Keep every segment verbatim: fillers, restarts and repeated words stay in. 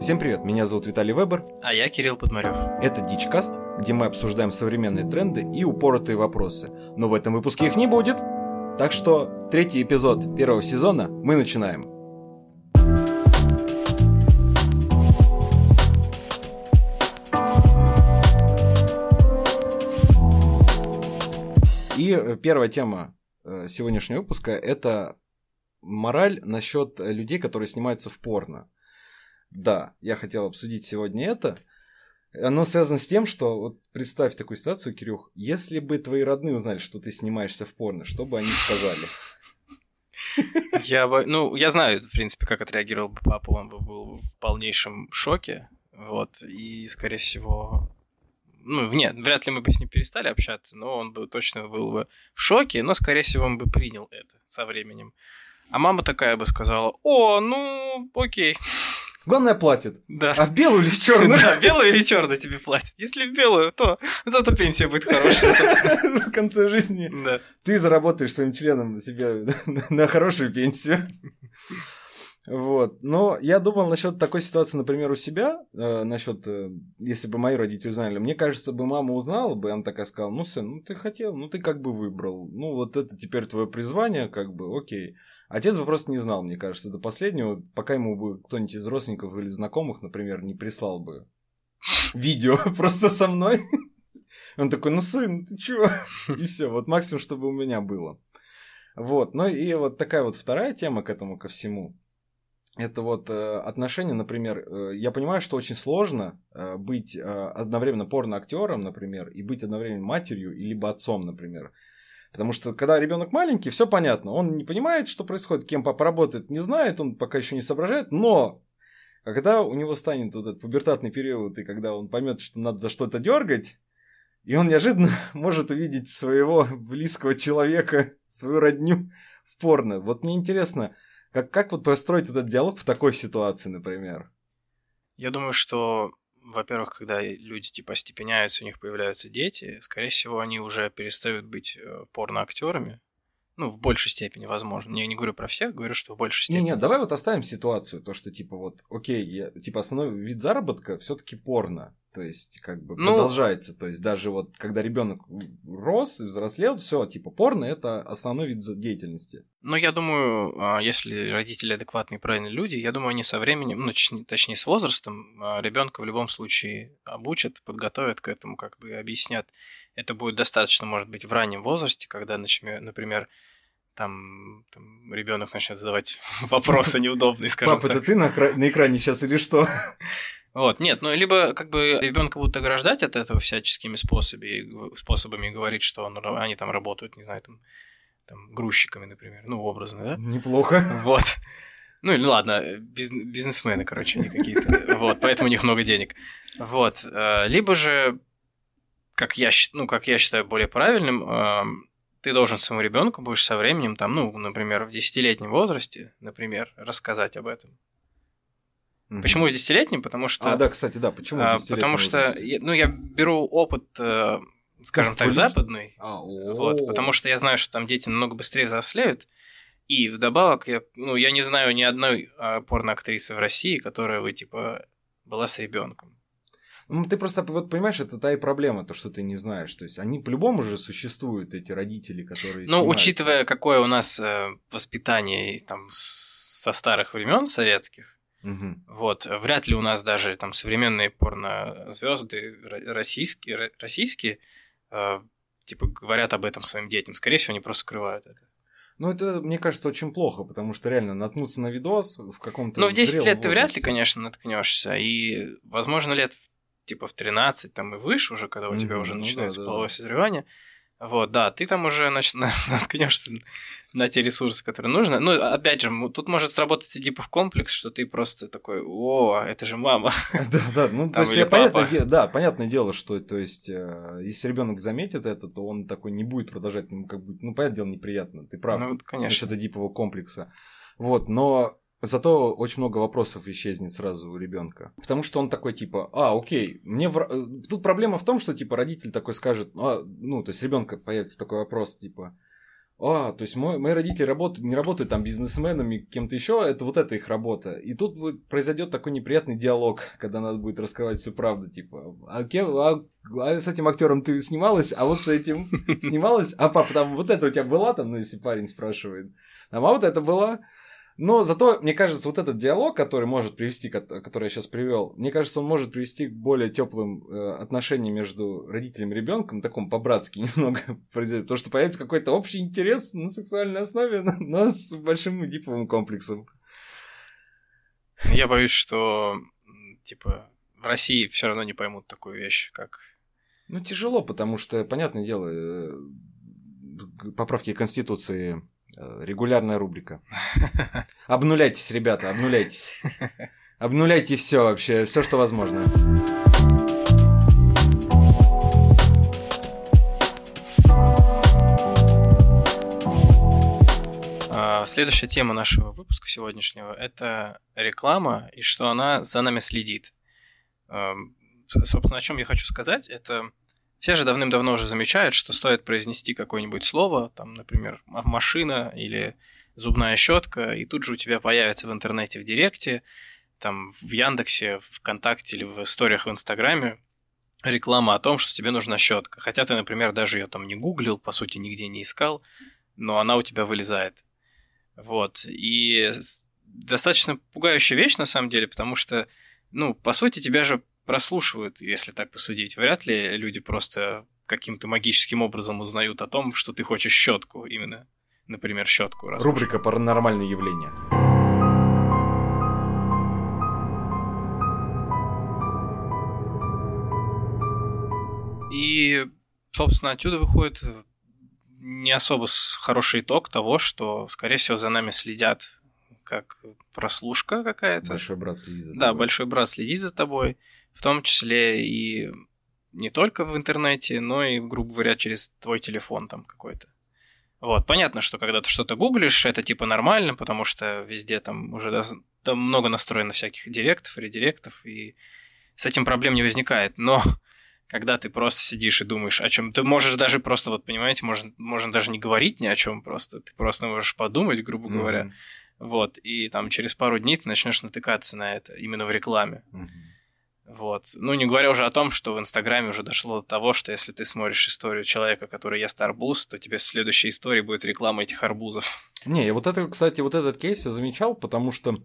Всем привет, меня зовут Виталий Вебер. А я Кирилл Подмарев. Это Дичкаст, где мы обсуждаем современные тренды и упоротые вопросы. Но в этом выпуске их не будет. Так что третий эпизод первого сезона мы начинаем. И первая тема сегодняшнего выпуска – это мораль насчет людей, которые снимаются в порно. Да, я хотел обсудить сегодня это. Оно связано с тем, что вот представь такую ситуацию, Кирюх, если бы твои родные узнали, что ты снимаешься в порно, что бы они сказали? Я бы, ну, я знаю, в принципе, как отреагировал бы папа, он бы был в полнейшем шоке, вот, и, скорее всего, ну, нет, вряд ли мы бы с ним перестали общаться, но он бы точно был бы в шоке, но, скорее всего, он бы принял это со временем. А мама такая бы сказала: о, ну, окей. Главное, платит. Да. А в белую или в черную? Да, белую или черную тебе платят. Если в белую, то зато пенсия будет хорошая, собственно. В конце жизни. Да. Ты заработаешь своим членом себе на хорошую пенсию. Вот. Но я думал насчет такой ситуации, например, у себя, э, насчет, э, если бы мои родители узнали, мне кажется, бы мама узнала бы, она такая сказала: ну, сын, ну ты хотел, ну ты как бы выбрал, ну вот это теперь твое призвание, как бы, окей. Отец бы просто не знал, мне кажется, до последнего, пока ему бы кто-нибудь из родственников или знакомых, например, не прислал бы видео просто со мной. Он такой: ну, сын, ты чё? И все, вот максимум, чтобы у меня было. Вот, ну и вот такая вот вторая тема к этому, ко всему. Это вот э, отношения, например, э, я понимаю, что очень сложно э, быть э, одновременно порноактером, например, и быть одновременно матерью, и либо отцом, например. Потому что когда ребенок маленький, все понятно, он не понимает, что происходит, кем папа работает, не знает, он пока еще не соображает, но когда у него станет вот этот пубертатный период, и когда он поймет, что надо за что-то дергать, и он неожиданно может увидеть своего близкого человека, свою родню в порно. Вот мне интересно, как, как вот построить этот диалог в такой ситуации, например? Я думаю, что, во-первых, когда люди типа остепеняются, у них появляются дети, скорее всего, они уже перестают быть порноактерами. Ну, в большей степени, возможно. Я не говорю про всех, говорю, что в большей степени. Не-не, давай вот оставим ситуацию, то, что типа вот, окей, я, типа основной вид заработка все-таки порно. То есть, как бы ну, продолжается. То есть, даже вот когда ребенок рос и взрослел, все, типа порно это основной вид деятельности. Ну, я думаю, если родители адекватные и правильные люди, я думаю, они со временем, ну, точнее, с возрастом, ребенка в любом случае обучат, подготовят к этому, как бы объяснят. Это будет достаточно, может быть, в раннем возрасте, когда, например, там, там ребенок начнет задавать вопросы неудобные, скажем так. Папа, это ты на, на экране сейчас или что? Вот, нет, ну, либо как бы ребенка будут ограждать от этого всяческими способами, способами говорить, что он, они там работают, не знаю, там, там грузчиками, например, ну, образно, да? Неплохо. Вот. Ну, или ладно, бизнесмены, короче, они какие-то, вот, поэтому у них много денег. Вот, либо же, как я, ну, как я считаю более правильным, ты должен своему ребенку будешь со временем, там, ну, например, в десятилетнем возрасте, например, рассказать об этом. Mm-hmm. Почему в десятилетнем? Потому что... А, да, кстати, да, почему в десятилетнем Потому что, я, ну, я беру опыт, скажем как так, западный, а, вот, потому что я знаю, что там дети намного быстрее взрослеют, и вдобавок, я, ну, я не знаю ни одной порноактрисы в России, которая бы, типа, была с ребенком. Ну, ты просто, вот понимаешь, это та и проблема, то, что ты не знаешь. То есть, они по-любому же существуют, эти родители, которые Ну, снимаются. Учитывая, какое у нас э, воспитание там, со старых времен советских, угу. Вот, вряд ли у нас даже там современные порнозвезды российские, российские э, типа, говорят об этом своим детям. Скорее всего, они просто скрывают это. Ну, это, мне кажется, очень плохо, потому что реально наткнуться на видос в каком-то... Ну, в десять лет возрасте. Ты вряд ли, конечно, наткнешься. И, возможно, лет типа в тринадцать там и выше уже, когда у mm-hmm. тебя уже начинается ну, да, половое да. созревание. Вот, да, ты там уже нач... наткнешься на те ресурсы, которые нужны. Ну, опять же, тут может сработать Эдипов комплекс, что ты просто такой: о, это же мама. Да, да, ну, то есть, я понятное, де... да, понятное дело, что, то есть, э, если ребенок заметит это, то он такой не будет продолжать, ему как бы, ну, понятное дело, неприятно, ты прав. Ну, конечно. Насчет Эдипового комплекса. Вот, но зато очень много вопросов исчезнет сразу у ребенка. Потому что он такой, типа, а, окей, мне в... тут проблема в том, что, типа, родитель такой скажет, а, ну, то есть, ребенка появится такой вопрос, типа, а, то есть мой, мои родители работают, не работают там бизнесменами, кем-то еще, это вот это их работа. И тут будет, произойдет такой неприятный диалог, когда надо будет раскрывать всю правду, типа, а, кем, а, а с этим актером ты снималась, а вот с этим снималась, а папа, там вот это у тебя была, там, ну, если парень спрашивает, а вот это была. Но зато, мне кажется, вот этот диалог, который может привести, который я сейчас привел, мне кажется, он может привести к более теплым э, отношениям между родителем и ребенком, таком по-братски немного произойдет, потому что появится какой-то общий интерес на сексуальной основе, но с большим диповым комплексом. Я боюсь, что типа в России все равно не поймут такую вещь, как... Ну, тяжело, потому что, понятное дело, э, поправки к Конституции... Регулярная рубрика. Обнуляйтесь, ребята, обнуляйтесь. Обнуляйте все вообще, все, что возможно. Следующая тема нашего выпуска сегодняшнего – это реклама и что она за нами следит. Собственно, о чем я хочу сказать, это... Все же давным-давно уже замечают, что стоит произнести какое-нибудь слово, там, например, машина или зубная щетка, и тут же у тебя появится в интернете, в Директе, там, в Яндексе, в ВКонтакте или в историях в Инстаграме реклама о том, что тебе нужна щетка. Хотя ты, например, даже ее там не гуглил, по сути, нигде не искал, но она у тебя вылезает. Вот. И достаточно пугающая вещь, на самом деле, потому что, ну, по сути, тебя же прослушивают, если так посудить. Вряд ли люди просто каким-то магическим образом узнают о том, что ты хочешь щетку именно. Например, щетку. Рубрика «Паранормальные явления». И, собственно, отсюда выходит не особо хороший итог того, что, скорее всего, за нами следят как прослушка какая-то. Большой брат следит за тобой. Да, большой брат следит за тобой. В том числе и не только в интернете, но и, грубо говоря, через твой телефон там какой-то. Вот, понятно, что когда ты что-то гуглишь, это типа нормально, потому что везде там уже там много настроено всяких директов, редиректов, и с этим проблем не возникает. Но когда ты просто сидишь и думаешь о чем, ты можешь даже просто, вот понимаете, можно, можно даже не говорить ни о чем просто, ты просто можешь подумать, грубо mm-hmm. говоря, вот, и там через пару дней ты начнешь натыкаться на это именно в рекламе. Mm-hmm. Вот. Ну, не говоря уже о том, что в Инстаграме уже дошло до того, что если ты смотришь историю человека, который ест арбуз, то тебе в следующей истории будет реклама этих арбузов. Не, вот это, кстати, вот этот кейс я замечал, потому что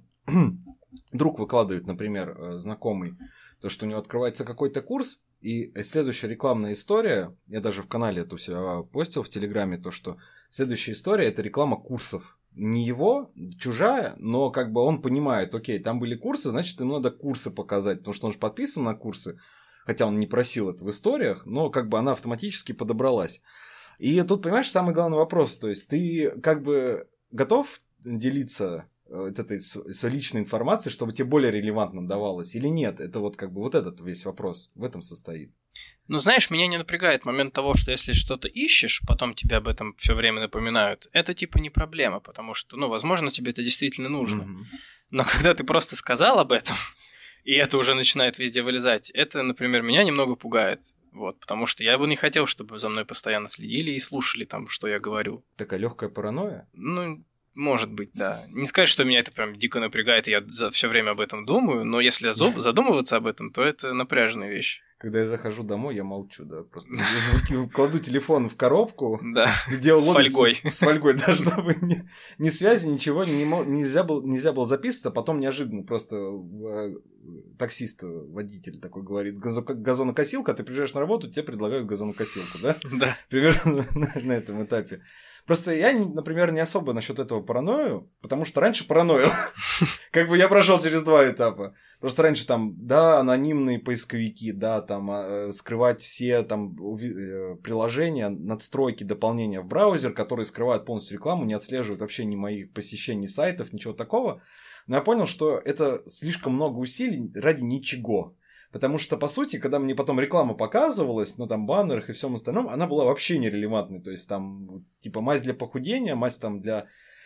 друг выкладывает, например, знакомый, то, что у него открывается какой-то курс, и следующая рекламная история, я даже в канале это у себя постил в Телеграме, то, что следующая история – это реклама курсов. Не его, чужая, но как бы он понимает, окей, там были курсы, значит, им надо курсы показать, потому что он же подписан на курсы, хотя он не просил это в историях, но как бы она автоматически подобралась. И тут, понимаешь, самый главный вопрос, то есть ты как бы готов делиться вот этой своей личной информацией, чтобы тебе более релевантно давалось, или нет? Это вот как бы вот этот весь вопрос в этом состоит. Ну, знаешь, меня не напрягает момент того, что если что-то ищешь, потом тебе об этом все время напоминают, это типа не проблема, потому что, ну, возможно, тебе это действительно нужно. Mm-hmm. Но когда ты просто сказал об этом, и это уже начинает везде вылезать, это, например, меня немного пугает. Вот, потому что я бы не хотел, чтобы за мной постоянно следили и слушали там, что я говорю. Такая легкая паранойя? Ну, может быть, да. Не сказать, что меня это прям дико напрягает, и я все время об этом думаю, но если задумываться об этом, то это напряженная вещь. Когда я захожу домой, я молчу, да, просто кладу телефон в коробку, да, где с фольгой. С фольгой, да, чтобы ни, ни связи, ничего не мо- нельзя, было, нельзя было записывать, а потом неожиданно просто э, таксист, водитель такой говорит, газонокосилка, ты приезжаешь на работу, тебе предлагают газонокосилку, да? Да. Примерно на, на этом этапе. Просто я, например, не особо насчет этого параною, потому что раньше параноил. Как бы я прошел через два этапа. Просто раньше там, да, анонимные поисковики, да, там э, скрывать все там э, приложения, надстройки, дополнения в браузер, которые скрывают полностью рекламу, не отслеживают вообще ни моих посещений сайтов, ничего такого. Но я понял, что это слишком много усилий ради ничего. Потому что, по сути, когда мне потом реклама показывалась на там баннерах и всем остальном, она была вообще нерелевантной. То есть там типа мазь для похудения, мазь там для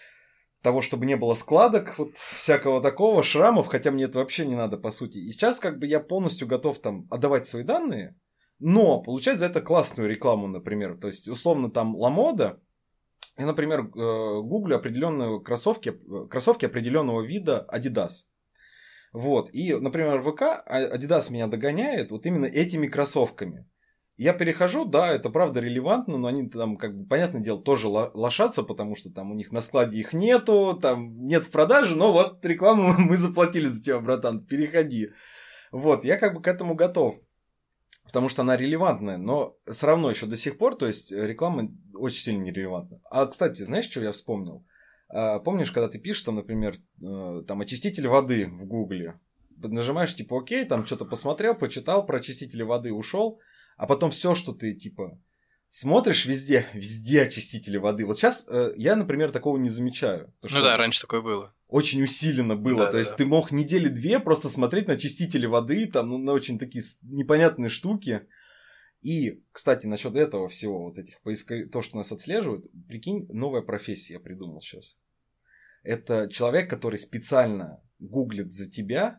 того, чтобы не было складок, вот всякого такого, шрамов, хотя мне это вообще не надо, по сути. И сейчас как бы я полностью готов там отдавать свои данные, но получать за это классную рекламу, например. То есть, условно, там Ламода, я, например, гуглю определенные кроссовки, кроссовки определенного вида Adidas. Вот. И, например, ВК Adidas меня догоняет вот именно этими кроссовками. Я перехожу, да, это правда релевантно, но они там, как бы, понятное дело, тоже лошатся, потому что там у них на складе их нету, там нет в продаже, но вот рекламу мы заплатили за тебя, братан, переходи. Вот, я как бы к этому готов, потому что она релевантная, но все равно еще до сих пор, то есть реклама очень сильно нерелевантна. А, кстати, знаешь, что я вспомнил? А, помнишь, когда ты пишешь, там, например, там, очиститель воды в Гугле, нажимаешь, типа, окей, там, что-то посмотрел, почитал про очистители воды, ушел. А потом все, что ты, типа, смотришь везде, везде очистители воды. Вот сейчас э, я, например, такого не замечаю. То, ну да, раньше такое было. Очень усиленно было. Да, то да, есть да. Ты мог недели две просто смотреть на очистители воды, там, ну, на очень такие непонятные штуки. И, кстати, насчет этого всего, вот этих поисков... то, что нас отслеживают, прикинь, новая профессия я придумал сейчас. Это человек, который специально гуглит за тебя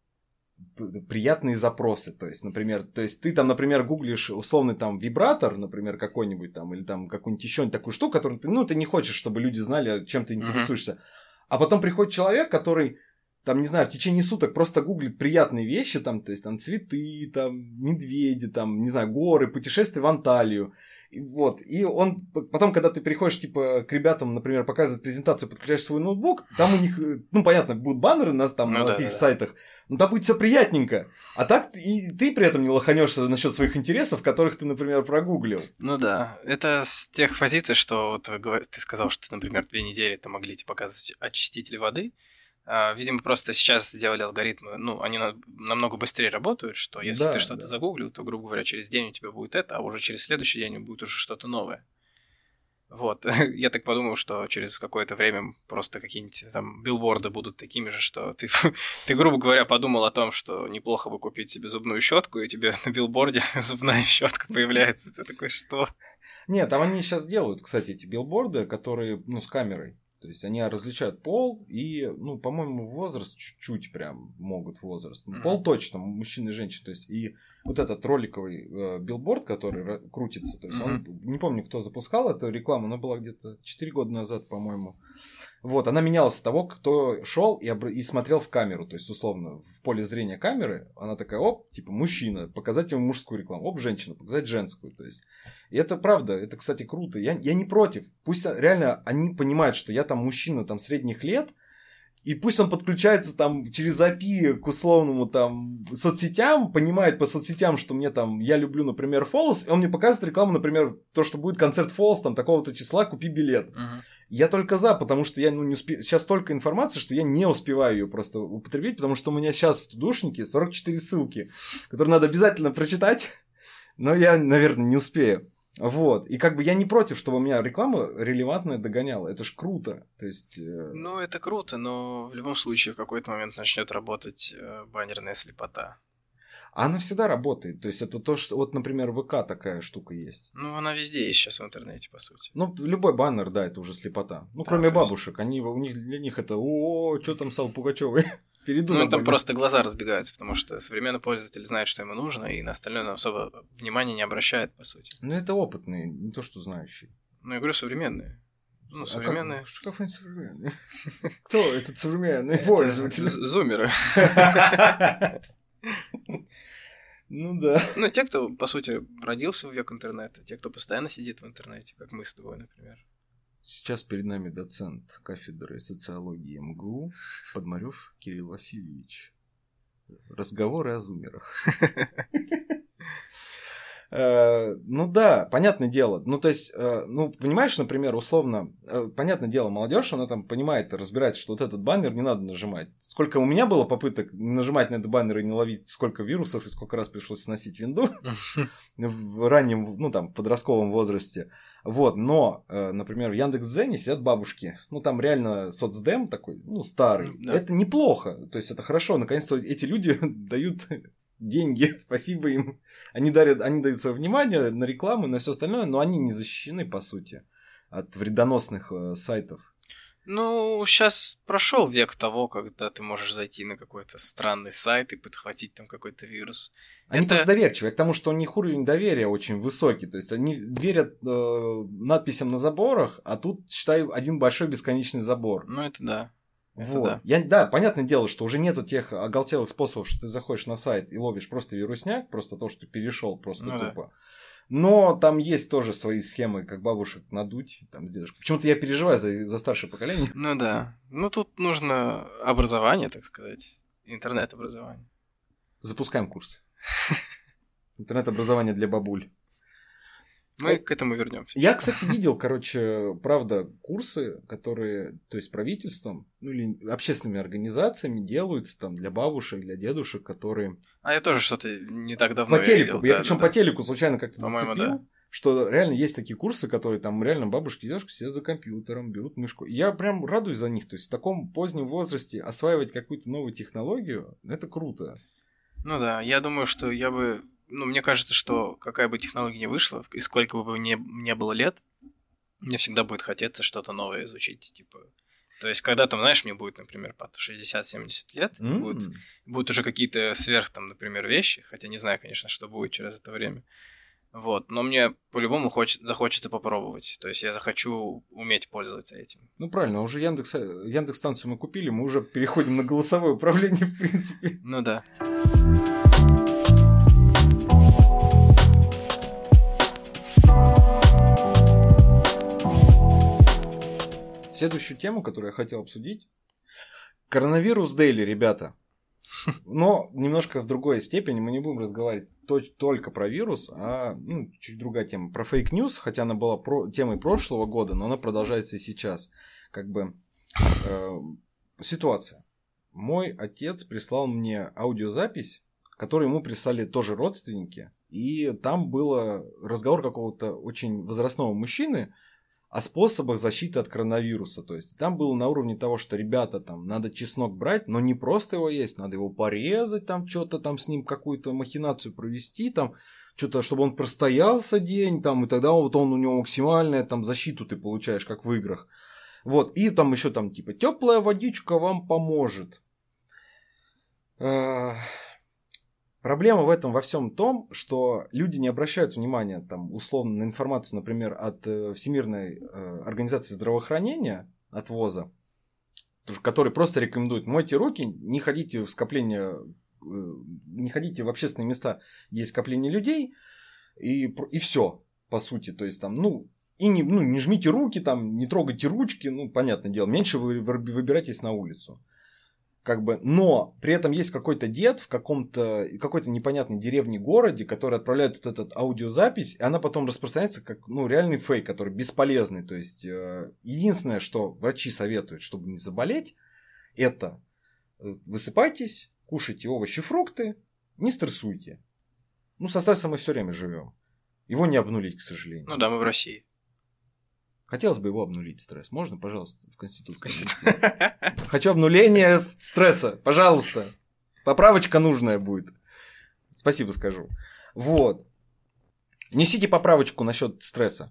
приятные запросы, то есть, например, то есть ты там, например, гуглишь условный там вибратор, например, какой-нибудь там, или там какую-нибудь еще такую штуку, которую ты, ну, ты не хочешь, чтобы люди знали, чем ты интересуешься, uh-huh. а потом приходит человек, который, там, не знаю, в течение суток просто гуглит приятные вещи, там, то есть, там, цветы, там, медведи, там, не знаю, горы, путешествия в Анталию, и вот, и он, потом, когда ты приходишь, типа, к ребятам, например, показывать презентацию, подключаешь свой ноутбук, там у них, ну, понятно, будут баннеры на, там, ну, на да, каких-то да. сайтах, ну, там будет все приятненько. А так и ты при этом не лоханешься насчет своих интересов, которых ты, например, прогуглил. Ну да, это с тех позиций, что вот ты сказал, что, например, две недели там могли тебе показывать очиститель воды. Видимо, просто сейчас сделали алгоритмы, ну, они намного быстрее работают, что если да, ты что-то да. загуглил, то, грубо говоря, через день у тебя будет это, а уже через следующий день будет уже что-то новое. Вот, я так подумал, что через какое-то время просто какие-нибудь там билборды будут такими же, что ты, ты, грубо говоря, подумал о том, что неплохо бы купить себе зубную щетку, и тебе на билборде зубная щетка появляется. Ты такой, что? Нет, там они сейчас делают, кстати, эти билборды, которые, ну, с камерой. То есть они различают пол и, ну, по-моему, возраст чуть-чуть прям могут возраст. Mm-hmm. Пол точно, мужчина и женщина. То есть и вот этот роликовый э, билборд, который р- крутится, то есть mm-hmm. он, не помню, кто запускал эту рекламу, она была где-то четыре года назад, по-моему. Вот, она менялась с того, кто шел и, обр- и смотрел в камеру. То есть, условно, в поле зрения камеры она такая, оп, типа, мужчина, показать ему мужскую рекламу, оп, женщина, показать женскую. То есть, и это правда, это, кстати, круто. Я, я не против. Пусть реально они понимают, что я там мужчина там средних лет, и пусть он подключается там через эй пи ай к условному там соцсетям, понимает по соцсетям, что мне там, я люблю, например, Falls, и он мне показывает рекламу, например, то, что будет концерт Falls, там, такого-то числа, купи билет. Uh-huh. Я только за, потому что я, ну, не успею, сейчас столько информации, что я не успеваю ее просто употребить, потому что у меня сейчас в тудушнике сорок четыре ссылки, которые надо обязательно прочитать, но я, наверное, не успею. Вот, и как бы я не против, чтобы у меня реклама релевантная догоняла, это ж круто, то есть... Э... Ну, это круто, но в любом случае в какой-то момент начнет работать э, баннерная слепота. А она всегда работает, то есть это то, что, вот, например, ВК такая штука есть. Ну, она везде есть сейчас в интернете, по сути. Ну, любой баннер, да, это уже слепота, ну, да, кроме бабушек, есть... они, у них, для них это, о, что там с Аллой Пугачёвой? Перейду ну, там просто глаза разбегаются, потому что современный пользователь знает, что ему нужно, и на остальное он особо внимания не обращает, по сути. Ну, это опытные, не то, что знающие. Ну, я говорю, современные. Ну, а современные. Как, что какой современный? Кто этот современный пользователь? Зумеры. Ну да. Ну, те, кто, по сути, родился в век интернета, те, кто постоянно сидит в интернете, как мы с тобой, например. Сейчас перед нами доцент кафедры социологии эм гэ у Подмарёв Кирилл Васильевич. Разговоры о зумерах. Ну да, понятное дело. Ну, то есть, ну, понимаешь, например, условно, понятное дело, молодежь, она там понимает, разбирается, что вот этот баннер не надо нажимать. Сколько у меня было попыток нажимать на этот баннер и не ловить, сколько вирусов и сколько раз пришлось сносить винду в раннем, ну, там, подростковом возрасте. Вот, но, например, в Яндекс.Дзене сидят бабушки. Ну, там реально соцдем такой, ну, старый. Да. Это неплохо. То есть, это хорошо. Наконец-то эти люди дают деньги. Спасибо им. Они дарят, они дают свое внимание на рекламу, на все остальное, но они не защищены, по сути, от вредоносных э, сайтов. Ну, сейчас прошел век того, когда ты можешь зайти на какой-то странный сайт и подхватить там какой-то вирус. Они Это... просто доверчивы, к тому, что у них уровень доверия очень высокий. То есть они верят э, надписям на заборах, а тут, считай, один большой бесконечный забор. Ну, это да. Это Вот. да. Я, да, понятное дело, что уже нету тех оголтелых способов, что ты заходишь на сайт и ловишь просто вирусняк, просто то, что ты перешел просто Ну, тупо. Да. Но там есть тоже свои схемы, как бабушек надуть, там, с дедушкой. Почему-то я переживаю за, за старшее поколение. Ну да. Ну тут нужно образование, так сказать. Интернет-образование. Запускаем курсы. Интернет-образование для бабуль. Мы к этому вернемся. Я, кстати, видел, короче, правда, курсы, которые, то есть правительством, ну или общественными организациями делаются там для бабушек, для дедушек, которые... А я тоже что-то не так давно по телеку. видел. Я да, причем да, по телеку случайно как-то По-моему, зацепил, да. что реально есть такие курсы, которые там реально бабушки и дедушки сидят за компьютером, берут мышку. И я прям радуюсь за них. То есть в таком позднем возрасте осваивать какую-то новую технологию, это круто. Ну да, я думаю, что я бы... Ну, мне кажется, что какая бы технология ни вышла, и сколько бы не, не было лет, мне всегда будет хотеться что-то новое изучить, типа... То есть, когда там, знаешь, мне будет, например, под шестьдесят-семьдесят лет, mm. будут, будут уже какие-то сверх, там, например, вещи, хотя не знаю, конечно, что будет через это время. Вот, но мне по-любому хочет, захочется попробовать. То есть, я захочу уметь пользоваться этим. Ну, правильно, уже Яндекс, Яндекс-станцию мы купили, мы уже переходим на голосовое управление, в принципе. Ну да. Следующую тему, которую я хотел обсудить. Коронавирус дейли, ребята. Но немножко в другой степени. Мы не будем разговаривать только про вирус, а ну, чуть другая тема. Про фейк-ньюс, хотя она была про... темой прошлого года, но она продолжается и сейчас. Как бы э, ситуация. Мой отец прислал мне аудиозапись, которую ему прислали тоже родственники. И там был разговор какого-то очень возрастного мужчины о способах защиты от коронавируса. То есть там было на уровне того, что ребята, там надо чеснок брать, но не просто его есть, надо его порезать, там что-то там с ним какую-то махинацию провести, там что-то, чтобы он простоялся день, там, и тогда вот он у него максимальная там защиту ты получаешь, как в играх. Вот, и там еще там типа теплая водичка вам поможет. Проблема в этом во всем том, что люди не обращают внимания там, условно на информацию, например, от э, Всемирной э, организации здравоохранения, от ВОЗа, который просто рекомендует: мойте руки, не ходите в скопление, э, не ходите в общественные места, где есть скопление людей, и, и все, по сути. То есть там, ну, и не, ну, не жмите руки, там, не трогайте ручки, ну, понятное дело, меньше вы выбирайтесь на улицу. Как бы, но при этом есть какой-то дед в каком-то, какой-то непонятной деревне-городе, который отправляет вот эту аудиозапись, и она потом распространяется как ну, реальный фейк, который бесполезный. То есть, э, единственное, что врачи советуют, чтобы не заболеть, это высыпайтесь, кушайте овощи, фрукты, не стрессуйте. Ну, со стрессом мы все время живем. Его не обнулить, к сожалению. Ну да, мы в России. Хотелось бы его обнулить, стресс. Можно, пожалуйста, в Конституции? Хочу обнуления стресса. Пожалуйста. Поправочка нужная будет. Спасибо скажу. Вот. Несите поправочку насчет стресса.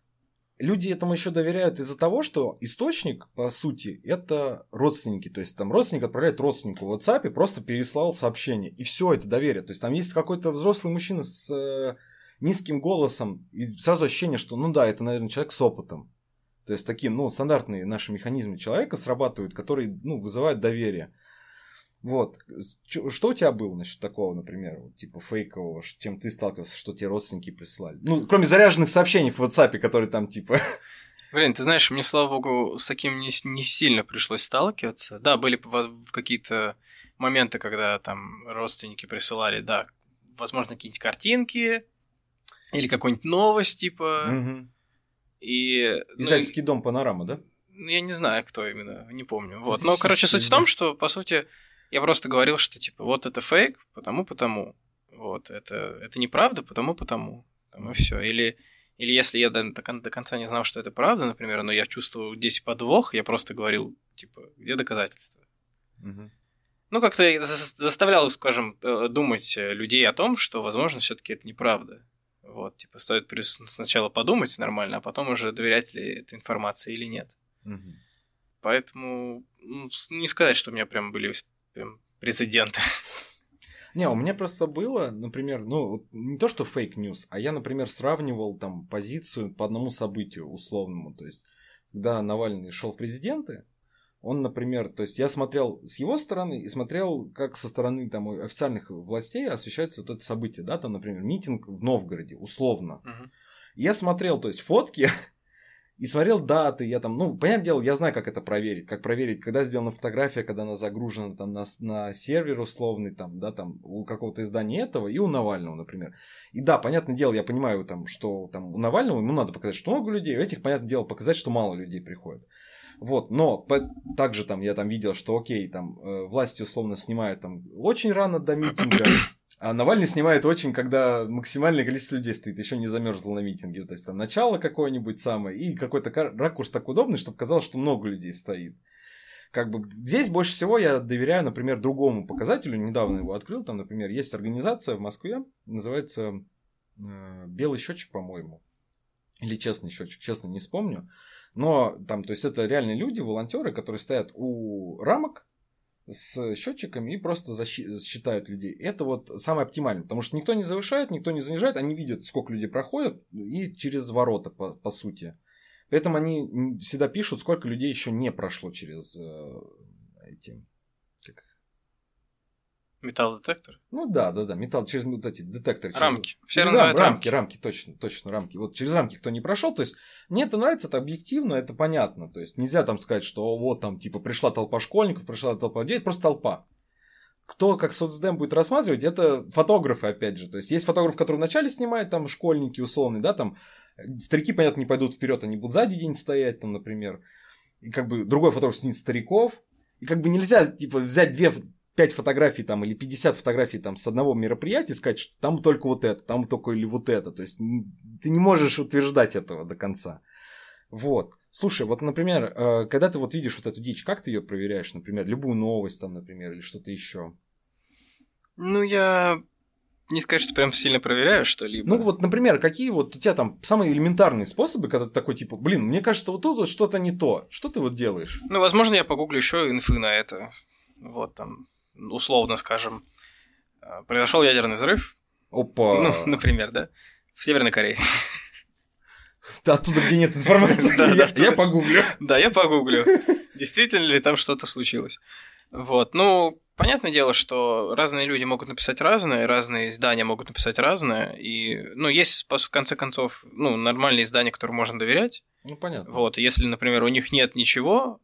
Люди этому еще доверяют из-за того, что источник, по сути, это родственники. То есть там родственник отправляет родственнику в WhatsApp и просто переслал сообщение. И все, это доверие. То есть там есть какой-то взрослый мужчина с низким голосом, и сразу ощущение, что, ну да, это, наверное, человек с опытом. То есть такие, ну, стандартные наши механизмы человека срабатывают, которые, ну, вызывают доверие. Вот. Что у тебя было насчет такого, например, вот, типа фейкового, чем ты сталкивался, что тебе родственники прислали? Ну, кроме заряженных сообщений в WhatsApp, которые там, типа... Блин, ты знаешь, мне, слава богу, с таким не, не сильно пришлось сталкиваться. Да, были какие-то моменты, когда там родственники присылали, да, возможно, какие-нибудь картинки, или какую-нибудь новость, типа. Угу. И... Издательский ну, дом «Панорама», да? Ну, я не знаю, кто именно, не помню. Вот. Но, короче, суть в том, что, по сути, я просто говорил, что, типа, вот это фейк, потому-потому. Вот, это, это неправда, потому-потому. Там и все. Или, или если я до, до конца не знал, что это правда, например, но я чувствовал здесь подвох, я просто говорил, типа, где доказательства? Угу. Ну, как-то заставлял, скажем, думать людей о том, что, возможно, все-таки это неправда. Вот, типа, стоит сначала подумать нормально, а потом уже доверять ли этой информации или нет. Угу. Поэтому ну, не сказать, что у меня прям были прям прецеденты. Не, у меня просто было, например, ну, не то, что фейк-ньюс, а я, например, сравнивал там позицию по одному событию условному. То есть, когда Навальный шел в президенты, он, например, то есть я смотрел с его стороны и смотрел, как со стороны там официальных властей освещается вот это событие, да, там, например, митинг в Новгороде, условно. Угу. Я смотрел, то есть, фотки и смотрел даты, я там, ну, понятное дело, я знаю, как это проверить, как проверить, когда сделана фотография, когда она загружена там на, на сервер условный, там, да, там, у какого-то издания этого и у Навального, например. И да, понятное дело, я понимаю, там, что там у Навального ему надо показать, что много людей, у этих, понятное дело, показать, что мало людей приходит. Вот, но по, также там я там видел, что окей, там, э, власти условно снимают там очень рано до митинга, а Навальный снимает очень, когда максимальное количество людей стоит, еще не замерзло на митинге. То есть там начало какое-нибудь самое, и какой-то ракурс так удобный, чтобы казалось, что много людей стоит. Как бы здесь больше всего я доверяю, например, другому показателю. Недавно его открыл. Там, например, есть организация в Москве, называется э, Белый счетчик, по-моему. Или Честный счетчик, честно не вспомню. Но там, то есть это реальные люди, волонтеры, которые стоят у рамок с счетчиками и просто защи- считают людей. Это вот самое оптимальное, потому что никто не завышает, никто не занижает, они видят, сколько людей проходят, и через ворота, по, по сути. Поэтому они всегда пишут, сколько людей еще не прошло через э, эти... Как... Металлодетектор? Ну да, да, да, металл, через вот эти детекторы. Рамки. Через... Все через называют рамки. рамки. Рамки, точно, точно, рамки. Вот через рамки кто не прошел, то есть мне это нравится, это объективно, это понятно. То есть нельзя там сказать, что вот там типа пришла толпа школьников, пришла толпа людей, это просто толпа. Кто как соцдем будет рассматривать, это фотографы, опять же. То есть есть фотограф, который вначале снимает, там школьники условные, да, там старики, понятно, не пойдут вперед, они будут сзади где-нибудь стоять, там, например. И как бы другой фотограф снимет стариков. И как бы нельзя, типа, взять две пять фотографий там или пятьдесят фотографий там с одного мероприятия и сказать, что там только вот это, там только или вот это. То есть ты не можешь утверждать этого до конца. Вот. Слушай, вот, например, когда ты вот видишь вот эту дичь, как ты ее проверяешь, например, любую новость там, например, или что-то еще? Ну, я не сказать, что прям сильно проверяю что-либо. Ну, вот, например, какие вот у тебя там самые элементарные способы, когда ты такой, типа, блин, мне кажется, вот тут вот что-то не то. Что ты вот делаешь? Ну, возможно, я погуглю еще инфы на это. Вот там, условно скажем, произошел ядерный взрыв. Опа. Ну, например, да, в Северной Корее. Оттуда, где нет информации, я погуглю. Да, я погуглю. Действительно ли там что-то случилось? Вот, ну, понятное дело, что разные люди могут написать разное, разные издания могут написать разное, и, ну, есть, в конце концов, ну, нормальные издания, которым можно доверять. Ну, понятно. Вот, если, например, у них нет ничего,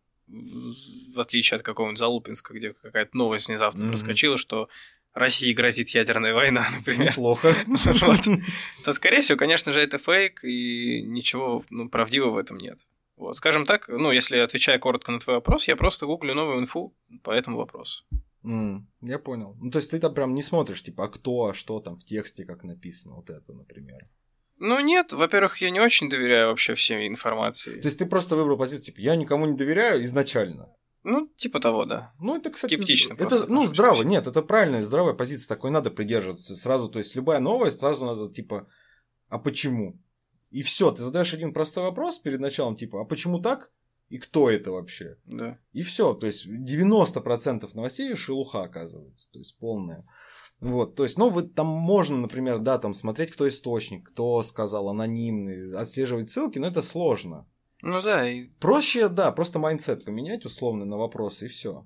в отличие от какого-нибудь Залупинска, где какая-то новость внезапно mm-hmm. проскочила, что России грозит ядерная война, например. Плохо. Вот. То, скорее всего, конечно же, это фейк, и ничего ну, правдивого в этом нет. Вот. Скажем так, ну, если отвечая коротко на твой вопрос, я просто гуглю новую инфу по этому вопросу. Mm, я понял. Ну, то есть ты там прям не смотришь, типа, а кто, а что там в тексте, как написано, вот это, например. Ну, нет, во-первых, я не очень доверяю вообще всей информации. То есть ты просто выбрал позицию, типа, я никому не доверяю изначально. Ну, типа того, да. Ну, это, кстати, скептично. Это, ну, здраво, нет, это правильная, здравая позиция, такой надо придерживаться. Сразу, то есть, любая новость, сразу надо, типа, а почему? И все, ты задаешь один простой вопрос перед началом, типа, а почему так? И кто это вообще? Да. И все, то есть, девяносто процентов новостей шелуха оказывается, то есть, полная. Вот, то есть, ну, вот там можно, например, да, там смотреть, кто источник, кто сказал, анонимный, отслеживать ссылки, но это сложно. Ну да. И... Проще, да, просто майндсет поменять условно на вопросы и все.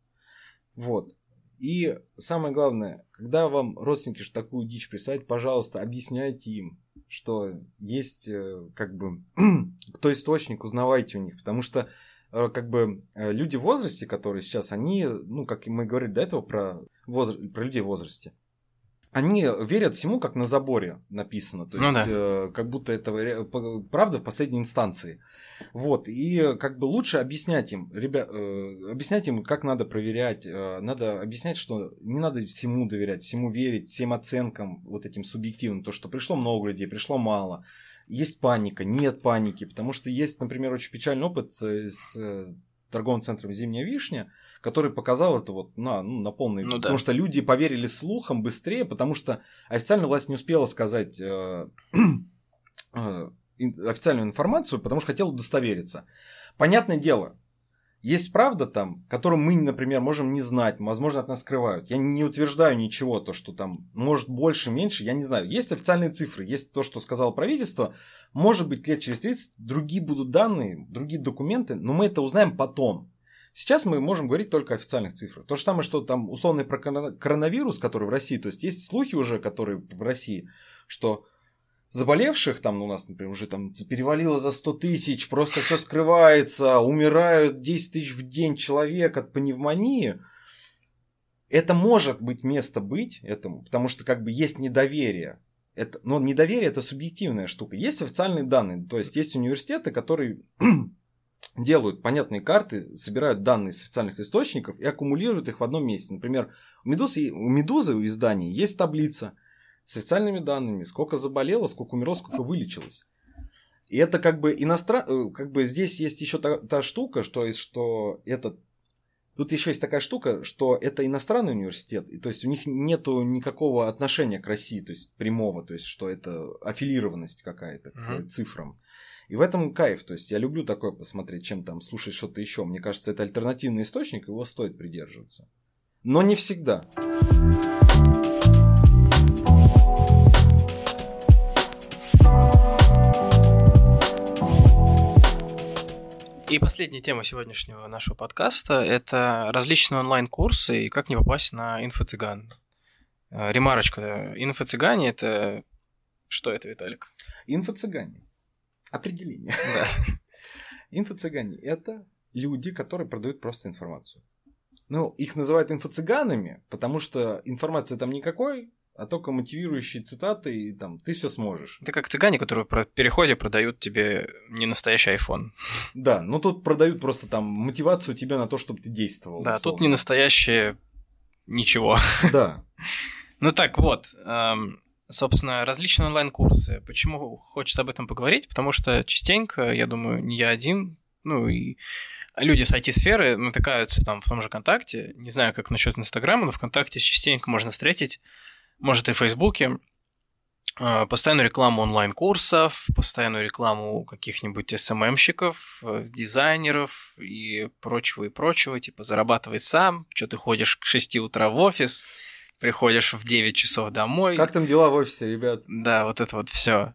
Вот. И самое главное, когда вам родственники что такую дичь присылают, пожалуйста, объясняйте им, что есть как бы кто источник, узнавайте у них, потому что как бы люди в возрасте, которые сейчас, они, ну, как мы говорили до этого про, возраст, про людей в возрасте, они верят всему, как на заборе написано. То есть, ну, да. э, как будто это правда в последней инстанции. Вот. И как бы лучше объяснять им, ребят, э, объяснять им, как надо проверять. Э, надо объяснять, что не надо всему доверять, всему верить, всем оценкам вот этим субъективным. То, что пришло много людей, пришло мало. Есть паника, нет паники. Потому что есть, например, очень печальный опыт с торговым центром «Зимняя вишня», который показал это вот на, ну, на полной... Ну, потому да. что люди поверили слухам быстрее, потому что официальная власть не успела сказать э, э, официальную информацию, потому что хотела удостовериться. Понятное дело, Есть правда там, которую мы, например, можем не знать, возможно, от нас скрывают. Я не утверждаю ничего, то, что там может больше, меньше, я не знаю. Есть официальные цифры, есть то, что сказало правительство. Может быть, лет через тридцать другие будут данные, другие документы, но мы это узнаем потом. Сейчас мы можем говорить только о официальных цифрах. То же самое, что там условный про коронавирус, который в России, то есть есть слухи уже, которые в России, что заболевших, там у нас, например, уже там перевалило за сто тысяч, просто все скрывается, умирают десять тысяч в день человек от пневмонии. Это может быть место быть этому, потому что как бы есть недоверие. Это, но недоверие это субъективная штука. Есть официальные данные, то есть есть университеты, которые делают понятные карты, собирают данные с официальных источников и аккумулируют их в одном месте. Например, у Медузы, у Медузы, у изданий есть таблица с официальными данными, сколько заболело, сколько умерло, сколько вылечилось. И это как бы иностран... как бы здесь есть еще та, та штука, что, что это... Тут еще есть такая штука, что это иностранный университет, и то есть у них нету никакого отношения к России, то есть прямого, то есть что это аффилированность какая-то mm-hmm. к цифрам. И в этом кайф, то есть я люблю такое посмотреть, чем там слушать что-то еще. Мне кажется, это альтернативный источник, его стоит придерживаться. Но не всегда. И последняя тема сегодняшнего нашего подкаста – это различные онлайн-курсы и как не попасть на инфо-цыган. Ремарочка. Инфо-цыгане – это… Что это, Виталик? Инфо-цыгане. Определение. Да. Инфо-цыгане – это люди, которые продают просто информацию. Ну, их называют инфо-цыганами, потому что информации там никакой, а только мотивирующие цитаты, и там ты все сможешь. Это как цыгане, которые в переходе продают тебе не настоящий iPhone. Да, ну тут продают просто там мотивацию тебе на то, чтобы ты действовал. Да, условно. Тут не настоящее ничего. Да. Ну так вот, собственно, различные онлайн-курсы. Почему хочется об этом поговорить? Потому что частенько, я думаю, не я один, ну и люди с ай ти-сферы натыкаются там в том же ВКонтакте. Не знаю, как насчет Инстаграма, но ВКонтакте частенько можно встретить, может и в Фейсбуке, постоянную рекламу онлайн-курсов, постоянную рекламу каких-нибудь эс эм эм-щиков, дизайнеров и прочего и прочего. Типа зарабатывай сам, что ты ходишь к шести утра в офис, приходишь в девять часов домой. Как там дела в офисе, ребят? Да, вот это вот все.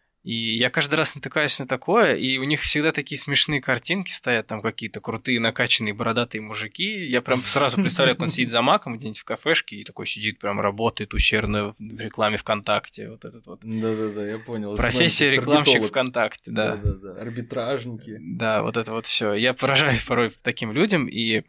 И я каждый раз натыкаюсь на такое, и у них всегда такие смешные картинки стоят, там какие-то крутые, накачанные, бородатые мужики. Я прям сразу представляю, как он сидит за маком где-нибудь в кафешке и такой сидит, прям работает усердно в рекламе ВКонтакте. Вот этот вот. Да-да-да, я понял. Профессия рекламщик ВКонтакте, да. Да-да-да, арбитражники. Да, вот это вот все. Я поражаюсь порой таким людям, и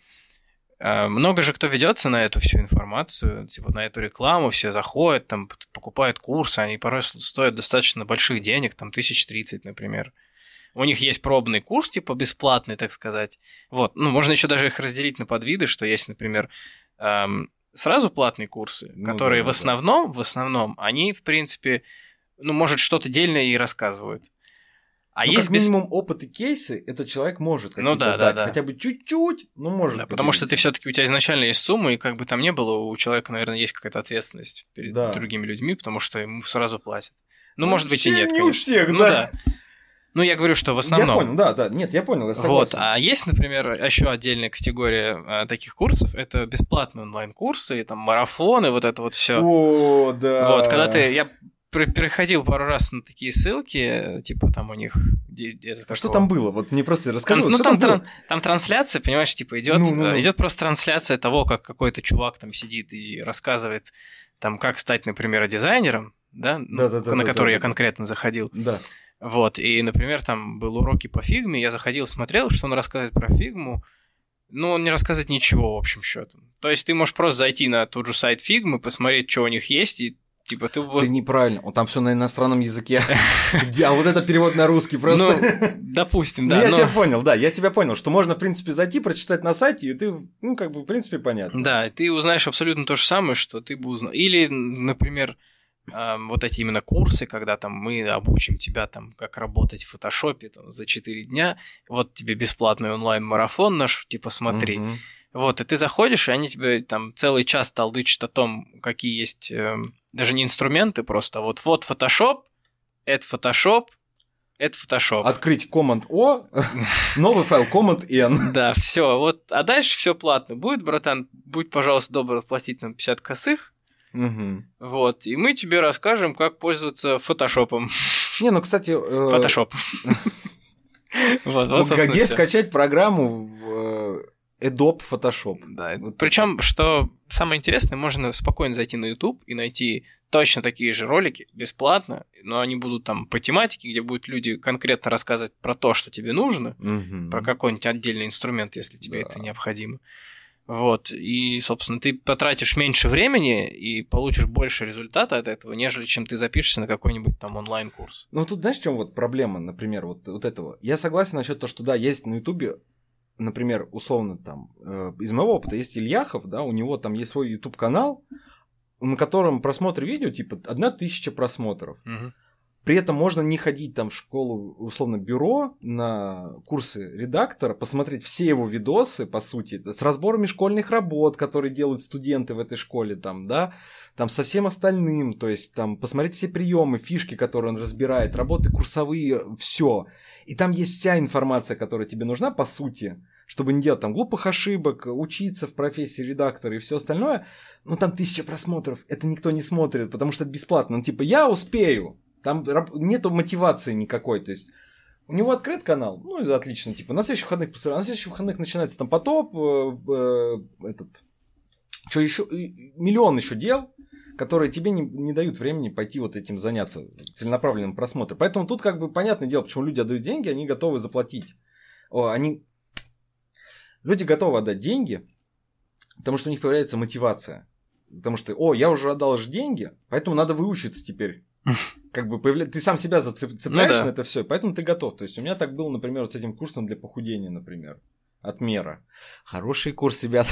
много же кто ведется на эту всю информацию, типа на эту рекламу, все заходят, там покупают курсы, они порой стоят достаточно больших денег, там тысяч тридцать, например. У них есть пробный курс, типа бесплатный, так сказать. Вот, ну можно еще даже их разделить на подвиды, что есть, например, эм, сразу платные курсы, ну, которые да, в основном, да. в основном, они в принципе, ну может что-то дельное и рассказывают. А ну, есть как минимум без... опыт и кейсы этот человек может какие-то ну, да, дать, да, да. хотя бы чуть-чуть, но может. Да, потому что ты все-таки у тебя изначально есть сумма, и как бы там ни было, у человека, наверное, есть какая-то ответственность перед да. другими людьми, потому что ему сразу платят. Ну, ну может быть, и нет, не конечно. у всех, ну, да. да. Ну, я говорю, что в основном. Я понял, да, да, нет, я понял, я согласен. Вот, а есть, например, еще отдельная категория а, таких курсов, это бесплатные онлайн-курсы, там марафоны, вот это вот все. О, да. Вот, когда ты, я переходил пару раз на такие ссылки, типа там у них... А что там было? Вот мне просто расскажи. Там, вот, ну, там, там, тран, там трансляция, понимаешь, типа идет, ну, ну, идет просто трансляция того, как какой-то чувак там сидит и рассказывает, там, как стать, например, дизайнером, да, да, да, да на да, который да, я да. конкретно заходил. Да. Вот, и, например, там был уроки по фигме, я заходил, смотрел, что он рассказывает про фигму, но он не рассказывает ничего, в общем счету. То есть ты можешь просто зайти на тот же сайт фигмы, посмотреть, что у них есть, и типа ты... Ты неправильно, он там все на иностранном языке, а вот это перевод на русский просто. Ну, допустим, да. Ну, я тебя понял, да, я тебя понял, что можно, в принципе, зайти, прочитать на сайте, и ты, ну, как бы, в принципе, понятно. Да, ты узнаешь абсолютно то же самое, что ты бы узнал. Или, например, вот эти именно курсы, когда там мы обучим тебя, там, как работать в фотошопе там, за четыре дня, вот тебе бесплатный онлайн-марафон наш, типа, смотри. Угу. Вот, и ты заходишь, и они тебе там целый час толдычат о том, какие есть, э, даже не инструменты просто, а вот вот Photoshop, это Photoshop, это Photoshop. Открыть Command-O, новый файл Command-N. Да, все. Вот. А дальше все платно будет, братан. Будь, пожалуйста, добр платить нам пятьдесят косых. Угу. Вот. И мы тебе расскажем, как пользоваться фотошопом. Не, ну, кстати... Фотошоп. Где скачать программу Adobe Photoshop? Да. Причем, что самое интересное, можно спокойно зайти на YouTube и найти точно такие же ролики бесплатно, но они будут там по тематике, где будут люди конкретно рассказывать про то, что тебе нужно, угу. про какой-нибудь отдельный инструмент, если тебе да. это необходимо. Вот. И, собственно, ты потратишь меньше времени и получишь больше результата от этого, нежели чем ты запишешься на какой-нибудь там онлайн-курс. Ну, тут знаешь, в чем вот проблема, например, вот, вот этого? Я согласен насчет того, что да, есть на Ютубе, например, условно там, э, из моего опыта есть Ильяхов, да, у него там есть свой YouTube-канал, на котором просмотр видео, типа, одна тысяча просмотров. Угу. При этом можно не ходить там в школу, условно, бюро на курсы редактора, посмотреть все его видосы, по сути, с разборами школьных работ, которые делают студенты в этой школе, там, да, там со всем остальным, то есть там посмотреть все приемы, фишки, которые он разбирает, работы курсовые, все. И там есть вся информация, которая тебе нужна, по сути, чтобы не делать там глупых ошибок, учиться в профессии редактора и все остальное. Но там тысяча просмотров, это никто не смотрит, потому что это бесплатно. Ну, типа, я успею. Там нету мотивации никакой, то есть у него открыт канал, ну, и отлично, типа, на следующих выходных, на следующих выходных начинается там потоп, э, э, этот, что еще, миллион еще дел, которые тебе не, не дают времени пойти вот этим заняться, целенаправленным просмотром. Поэтому тут как бы понятное дело, почему люди отдают деньги, они готовы заплатить. О, они... Люди готовы отдать деньги, потому что у них появляется мотивация. Потому что, о, я уже отдал же деньги, поэтому надо выучиться теперь. Как бы появля... ты сам себя зацепляешь ну, да. на это все, поэтому ты готов. То есть у меня так было, например, вот с этим курсом для похудения, например, от Мера. Хороший курс, ребята.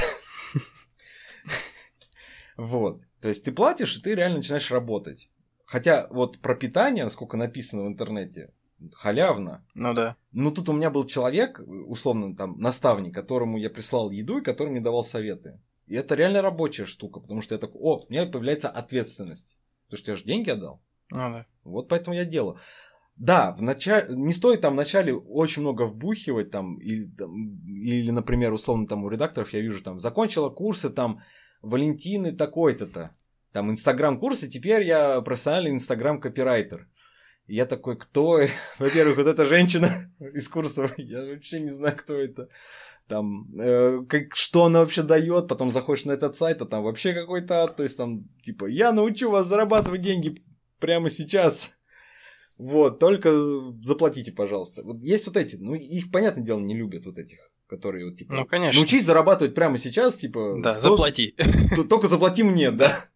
Вот. То есть ты платишь, и ты реально начинаешь работать. Хотя вот про питание, насколько написано в интернете, халявно. Ну да. Ну тут у меня был человек, условно там наставник, которому я прислал еду и который мне давал советы. И это реально рабочая штука, потому что я такой, о, у меня появляется ответственность. Потому что я же деньги отдал. Ну да. Вот поэтому я делаю. Да, в начале, не стоит там вначале очень много вбухивать, там, или, там, или, например, условно, там у редакторов я вижу, там, закончила курсы, там, Валентины такой-то-то, там, инстаграм-курсы, теперь я профессиональный инстаграм-копирайтер. И я такой, кто? Во-первых, вот эта женщина из курсов, я вообще не знаю, кто это. Там, э, как, что она вообще дает, потом заходишь на этот сайт, а там вообще какой-то, то есть там, типа, я научу вас зарабатывать деньги прямо сейчас. Вот, только заплатите, пожалуйста. Вот есть вот эти, ну, их, понятное дело, не любят вот этих, которые вот, типа, ну, конечно. Научись зарабатывать прямо сейчас, типа... Да, сто... заплати. Только заплати мне, да.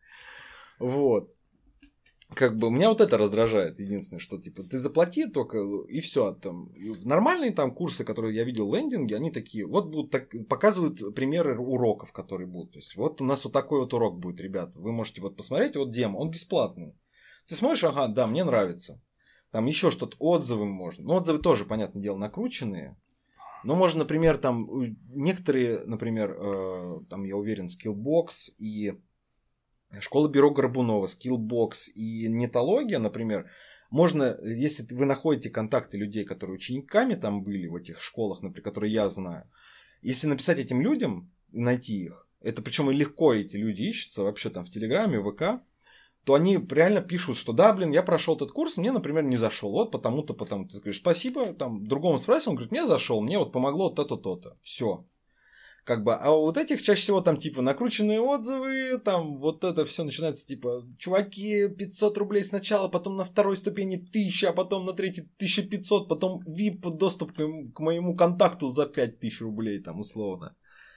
Вот. Как бы меня вот это раздражает, единственное, что, типа, ты заплати только, и все там. Нормальные там курсы, которые я видел, лендинги, они такие, вот будут, так, показывают примеры уроков, которые будут. То есть, вот у нас вот такой вот урок будет, ребят. Вы можете вот посмотреть, вот демо, он бесплатный. Ты смотришь, ага, да, мне нравится. Там еще что-то, отзывы можно. Ну, отзывы тоже, понятное дело, накрученные. Но можно, например, там, некоторые, например, э, там, я уверен, Skillbox и Школа бюро Горбунова, Skillbox и Нетология, например, можно, если вы находите контакты людей, которые учениками там были в этих школах, например, которые я знаю, если написать этим людям, найти их, это причем и легко эти люди ищутся вообще там в Телеграме, в ВК, то они реально пишут, что да, блин, я прошел этот курс, мне, например, не зашел, вот потому-то, потому-то. Ты говоришь, спасибо, там, другому спросил, он говорит, мне зашел, мне вот помогло то-то, то-то, все. Как бы, а вот этих чаще всего там, типа, накрученные отзывы, там, вот это все начинается, типа, чуваки, пятьсот рублей сначала, потом на второй ступени тысяча, а потом на третьей тысяча пятьсот, потом ви ай пи-доступ к, к моему контакту за пять тысяч рублей, там, условно.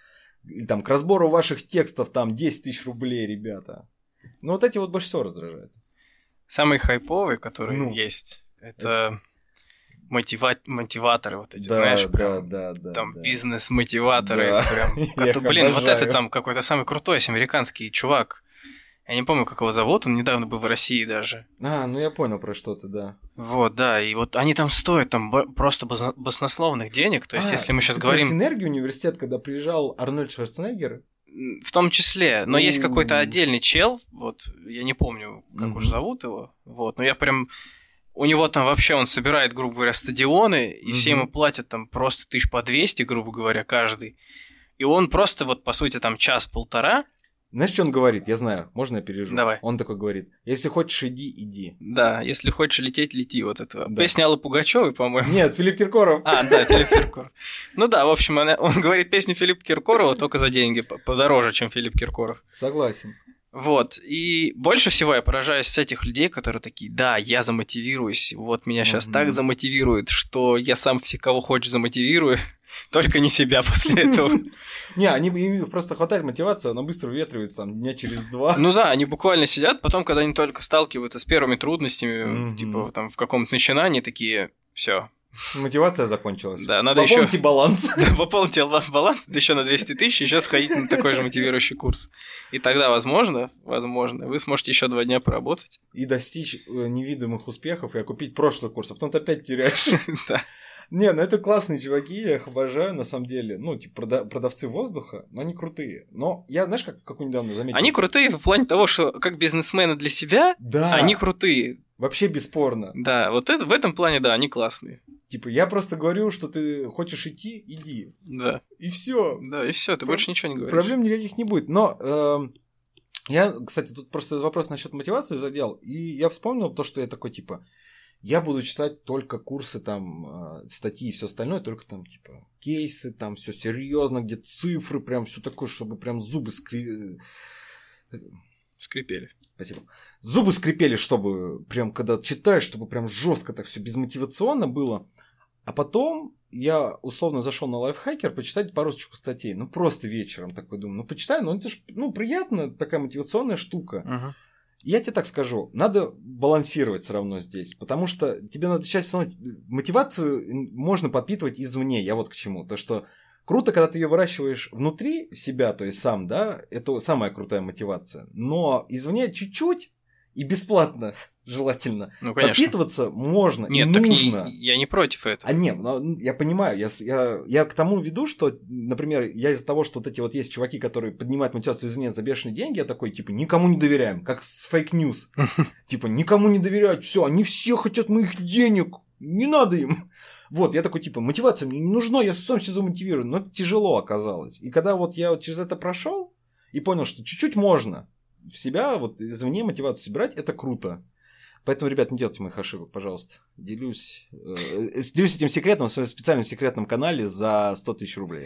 И там, к разбору ваших текстов, там, десять тысяч рублей, ребята. Ну, вот эти вот больше всего раздражают. Самый хайповый, который ну, есть, это... это... Мотива... мотиваторы вот эти, да, знаешь, да, прям, да, да, там да. бизнес-мотиваторы, да. прям, это, блин, вот это там какой-то самый крутой американский чувак, я не помню, как его зовут, он недавно был в России даже. А, ну я понял про что-то, да. Вот, да, и вот они там стоят там просто баснословных денег, то есть а, если мы сейчас говорим... Синергию университет, когда приезжал Арнольд Шварценеггер? В том числе, но есть какой-то отдельный чел, вот, я не помню, как уж зовут его, вот, но я прям... у него там вообще, он собирает, грубо говоря, стадионы, и mm-hmm. все ему платят там просто тысяч по двести, грубо говоря, каждый. И он просто вот, по сути, там час-полтора. Знаешь, что он говорит? Я знаю, можно я переживу? Давай. Он такой говорит, если хочешь, иди, иди. Да, если хочешь лететь, лети, вот это. Да. Песню Аллы Пугачёвой, по-моему. Нет, Филипп Киркоров. А, да, Филипп Киркоров. Ну да, в общем, он, он говорит песню Филиппа Киркорова только за деньги, подороже, чем Филипп Киркоров. Согласен. Вот, и больше всего я поражаюсь с этих людей, которые такие, да, я замотивируюсь, вот меня сейчас mm-hmm. так замотивирует, что я сам все, кого хочешь, замотивирую, только не себя после этого. Не, они им просто хватает мотивации, она быстро выветривается там дня через два. Ну да, они буквально сидят, потом, когда они только сталкиваются с первыми трудностями, типа там в каком-то начинании, такие, все. Мотивация закончилась. Да, надо еще... Пополните баланс. Да, пополните баланс, да еще на двести тысяч, и сейчас сходить на такой же мотивирующий курс. И тогда, возможно, возможно, вы сможете еще два дня поработать. И достичь невидимых успехов, и окупить прошлый курс, а потом ты опять теряешь. Да. Не, ну это классные чуваки, я их обожаю, на самом деле. Ну, типа, прода- продавцы воздуха, но они крутые. Но я, знаешь, как, как недавно заметил? Они крутые в плане того, что как бизнесмены для себя, да. они крутые. Вообще бесспорно. Да, вот это, в этом плане, да, они классные. Типа, я просто говорю, что ты хочешь идти, иди. Да. И все. Да, и все, ты Про- больше ничего не говоришь. Проблем никаких не будет. Но э, я, кстати, тут просто вопрос насчет мотивации задел, и я вспомнил то, что я такой, типа, я буду читать только курсы, там, статьи и все остальное, только там, типа, кейсы, там, все серьезно, где цифры, прям все такое, чтобы прям зубы скри... скрипели. Спасибо. Зубы скрипели, чтобы прям, когда читаешь, чтобы прям жестко так все безмотивационно было. А потом я условно зашел на Лайфхакер почитать парочку статей. Ну, просто вечером такой думаю, ну, почитай, ну, это ж, ну, приятно, такая мотивационная штука. Uh-huh. Я тебе так скажу, надо балансировать все равно здесь, потому что тебе надо часть мотивацию можно подпитывать извне, я вот к чему, то что круто, когда ты ее выращиваешь внутри себя, то есть сам, да, это самая крутая мотивация, но извне чуть-чуть и бесплатно, желательно, ну, подпитываться можно. Нет, и так нужно. Не, я не против этого. А нет, я понимаю, я, я, я к тому веду, что, например, я из-за того, что вот эти вот есть чуваки, которые поднимают мотивацию извне за бешеные деньги, я такой, типа, никому не доверяем, как с фейк-ньюс. Типа, никому не доверяют, все, они все хотят моих денег, не надо им. Вот, я такой, типа, мотивация мне не нужна, я сам себя замотивирую, но тяжело оказалось. И когда вот я вот через это прошел и понял, что чуть-чуть можно в себя вот извне мотивацию собирать, это круто. Поэтому, ребят, не делайте моих ошибок, пожалуйста. Делюсь, э, делюсь этим секретом в своем специальном секретном канале за сто тысяч рублей.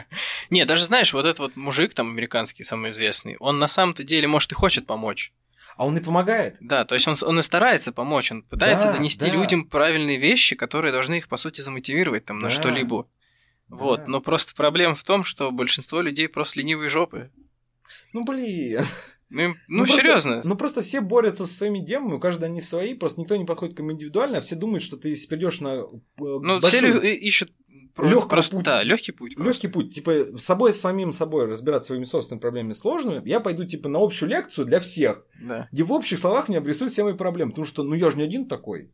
Не, даже знаешь, вот этот вот мужик там американский, самый известный, он на самом-то деле, может, и хочет помочь. А он и помогает. Да, то есть он, он и старается помочь, он пытается да, донести да. людям правильные вещи, которые должны их, по сути, замотивировать там, да. на что-либо. Да. Вот, но просто проблема в том, что большинство людей просто ленивые жопы. Ну, блин... Ну, ну, ну серьезно. Ну, просто все борются со своими демами, у каждого они свои, просто никто не подходит к им индивидуально, а все думают, что ты если придешь на ну, большой... все ищут просто, путь. Да, легкий путь. Легкий путь. Типа, с собой, с самим собой разбираться своими собственными проблемами сложными, я пойду, типа, на общую лекцию для всех, да. где в общих словах мне обрисуют все мои проблемы, потому что, ну, я же не один такой.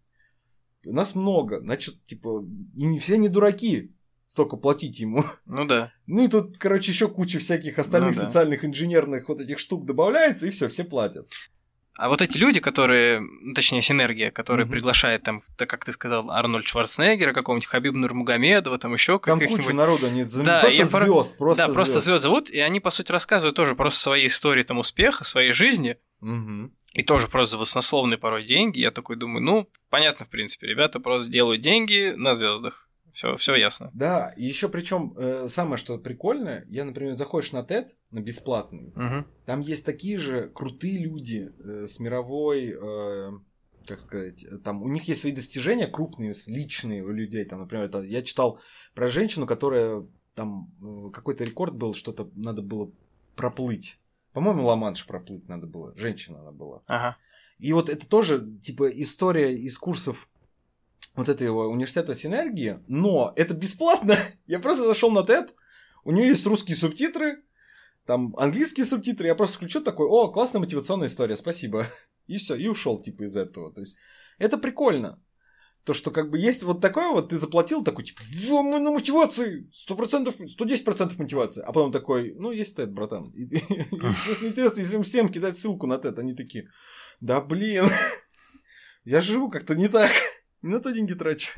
Нас много, значит, типа, и не все не дураки. Столько платить ему. Ну да. Ну и тут, короче, еще куча всяких остальных ну, да. социальных, инженерных вот этих штук добавляется, и все, все платят. А вот эти люди, которые, точнее, Синергия, которые mm-hmm. приглашает там, так как ты сказал, Арнольд Шварценеггера, какого-нибудь Хабиба Нурмагомедова, там еще каких-нибудь. Там куча народу, они да, просто звезд, пор... просто Да, звезд. просто звезд зовут, и они, по сути, рассказывают тоже просто свои истории там успеха, своей жизни. Mm-hmm. И тоже просто за баснословные порой деньги. Я такой думаю, ну, понятно, в принципе, ребята просто делают деньги на звездах. Все, все ясно. Да, и еще причем э, самое что прикольное, я, например, заходишь на TED, на бесплатный, угу. там есть такие же крутые люди э, с мировой, э, как сказать, там у них есть свои достижения крупные, личные у людей, там, например, это, я читал про женщину, которая там э, какой-то рекорд был, что-то надо было проплыть, по-моему, Ла-Манш проплыть надо было, женщина она была. Ага. И вот это тоже типа история из курсов вот этого университета Синергии, но это бесплатно. Я просто зашел на TED, у нее есть русские субтитры, там английские субтитры, я просто включил такой, о, классная мотивационная история, спасибо. И все, и ушел типа из этого. То есть это прикольно. То, что как бы есть вот такое вот, ты заплатил такой, типа, мы на мотивации, сто процентов, сто десять процентов мотивации. А потом такой, ну, есть TED, братан. Интересно, если им всем кидать ссылку на TED, они такие, да блин. Я живу как-то не так. Не на то деньги трачу.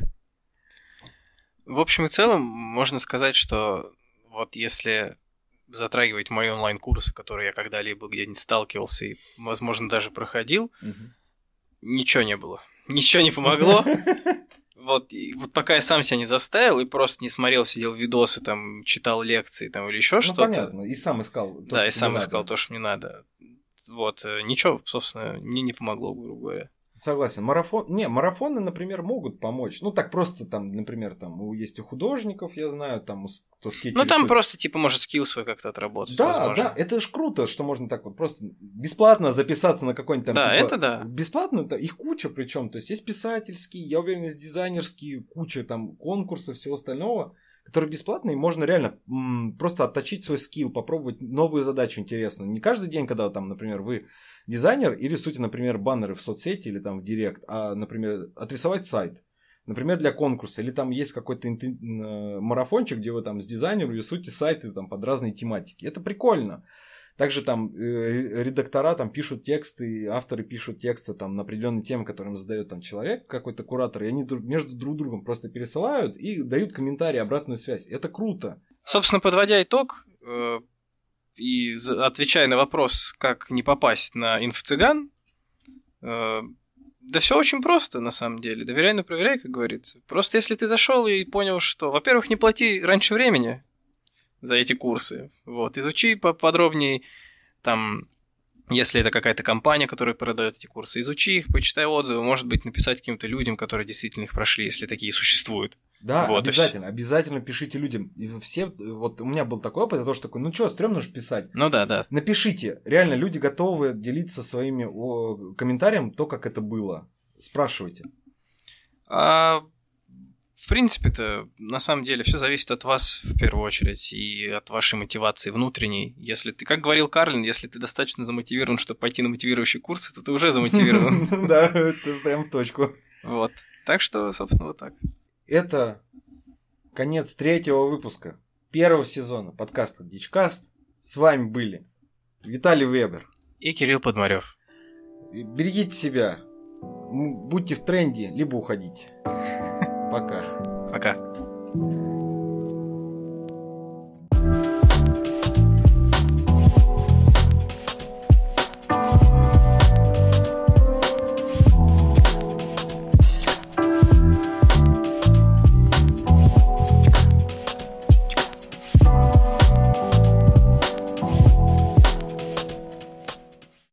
В общем и целом, можно сказать, что вот если затрагивать мои онлайн-курсы, которые я когда-либо где-нибудь сталкивался и, возможно, даже проходил, угу. ничего не было. Ничего не помогло. Вот, и вот пока я сам себя не заставил и просто не смотрел, сидел видосы, там, читал лекции там, или еще ну, что-то. Ну, понятно, и сам искал то, да, что и сам искал надо. то, что мне надо. Вот, ничего, собственно, мне не помогло, грубо говоря. Согласен. Марафон... Не, марафоны, например, могут помочь. Ну, так просто там, например, там есть у художников, я знаю, там, кто скетчи Ну, там рисует. просто, типа, может, скилл свой как-то отработать, Да, возможно. да, это ж круто, что можно так вот просто бесплатно записаться на какой-нибудь там, да, типа... это да. Бесплатно, их куча причем. То есть, есть писательские, я уверен, есть дизайнерские, куча там конкурсов, всего остального, которые бесплатные, и можно реально м- просто отточить свой скилл, попробовать новую задачу интересную. Не каждый день, когда там, например, вы дизайнер и рисуете, например, баннеры в соцсети или там в директ, а, например, отрисовать сайт, например, для конкурса, или там есть какой-то интен... марафончик, где вы там с дизайнером рисуете сайты там под разные тематики. Это прикольно. Также там э, редактора там пишут тексты, авторы пишут тексты там на определенные темы, которые им задает там человек, какой-то куратор, и они друг, между друг другом просто пересылают и дают комментарии, обратную связь. Это круто. Собственно, подводя итог, э, и отвечая на вопрос, как не попасть на инфо-цыган, э, да все очень просто, на самом деле. Доверяй, но проверяй, как говорится. Просто если ты зашел и понял, что, во-первых, не плати раньше времени за эти курсы. Вот, изучи поподробнее, там, если это какая-то компания, которая продает эти курсы, изучи их, почитай отзывы, может быть, написать каким-то людям, которые действительно их прошли, если такие существуют. Да, вот, обязательно, обязательно пишите людям. И все, вот у меня был такой опыт, то, что такой, ну что, стрёмно же писать. Ну да, да. Напишите, реально, люди готовы делиться своими о, комментариями, то, как это было. Спрашивайте. А... В принципе-то, на самом деле, все зависит от вас в первую очередь и от вашей мотивации внутренней. Если ты, как говорил Карлин, если ты достаточно замотивирован, чтобы пойти на мотивирующий курс, то ты уже замотивирован. Да, это прям в точку. Вот. Так что, собственно, вот так. Это конец третьего выпуска первого сезона подкаста Дичкаст. С вами были Виталий Вебер и Кирилл Подмарев. Берегите себя, будьте в тренде, либо уходите. Пока. Пока.